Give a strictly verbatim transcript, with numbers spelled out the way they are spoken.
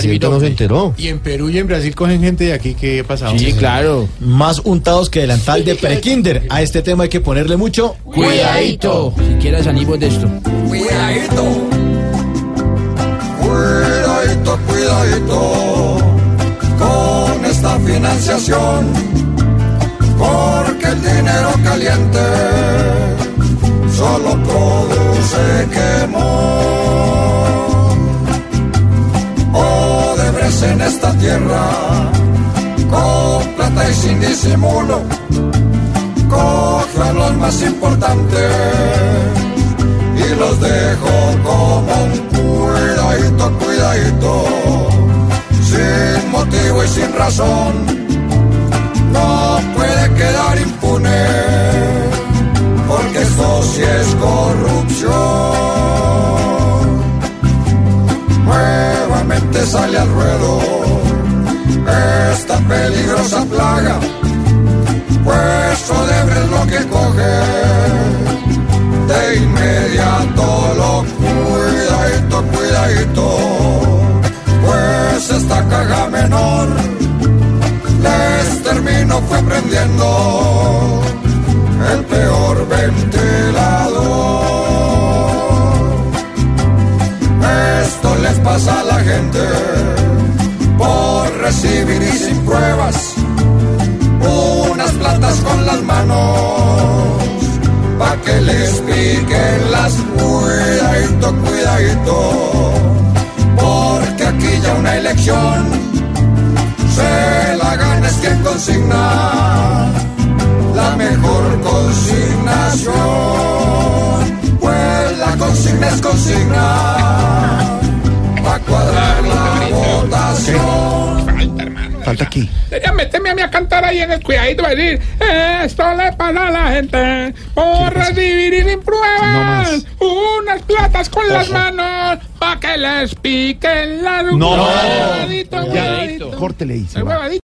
presidente no se enteró. Y en Perú y en Brasil cogen gente de aquí, ¿qué ha pasado? Sí, claro. Más untados que delantal de prekinder. A este tema hay que ponerle mucho Cuidadito. Si quieres salimos de esto. Cuidadito, cuidadito, cuidadito con esta financiación, porque el dinero caliente solo produce quemón. Odebrecht en esta tierra, con plata y sin disimulo, coge a los más importantes y los dejo como un cuidadito, cuidadito, sin motivo y sin razón. No puede quedar impune, porque esto sí es corrupción. Nuevamente sale al ruedo esta peligrosa plaga, pues Odebrecht lo que coge de inmediato lo cuidadito, cuidadito, pues esta caga menor les termino fue prendiendo el peor ventilador. Esto les pasa a la gente por recibir y sin pruebas unas platas con las manos, pa' que les piquen las. Cuidadito, cuidadito, porque aquí ya una elección se la gana es quien consigna la mejor consignación, pues la consigna es consigna pa' cuadrar la votación. Falta aquí. Debería meterme a mí a cantar ahí en el cuidadito y decir, esto le pasa a la gente por recibir y sin pruebas unas platas con las manos pa' que les piquen las. No, Cuidadito, ya, cuidadito. córtele ahí. se va.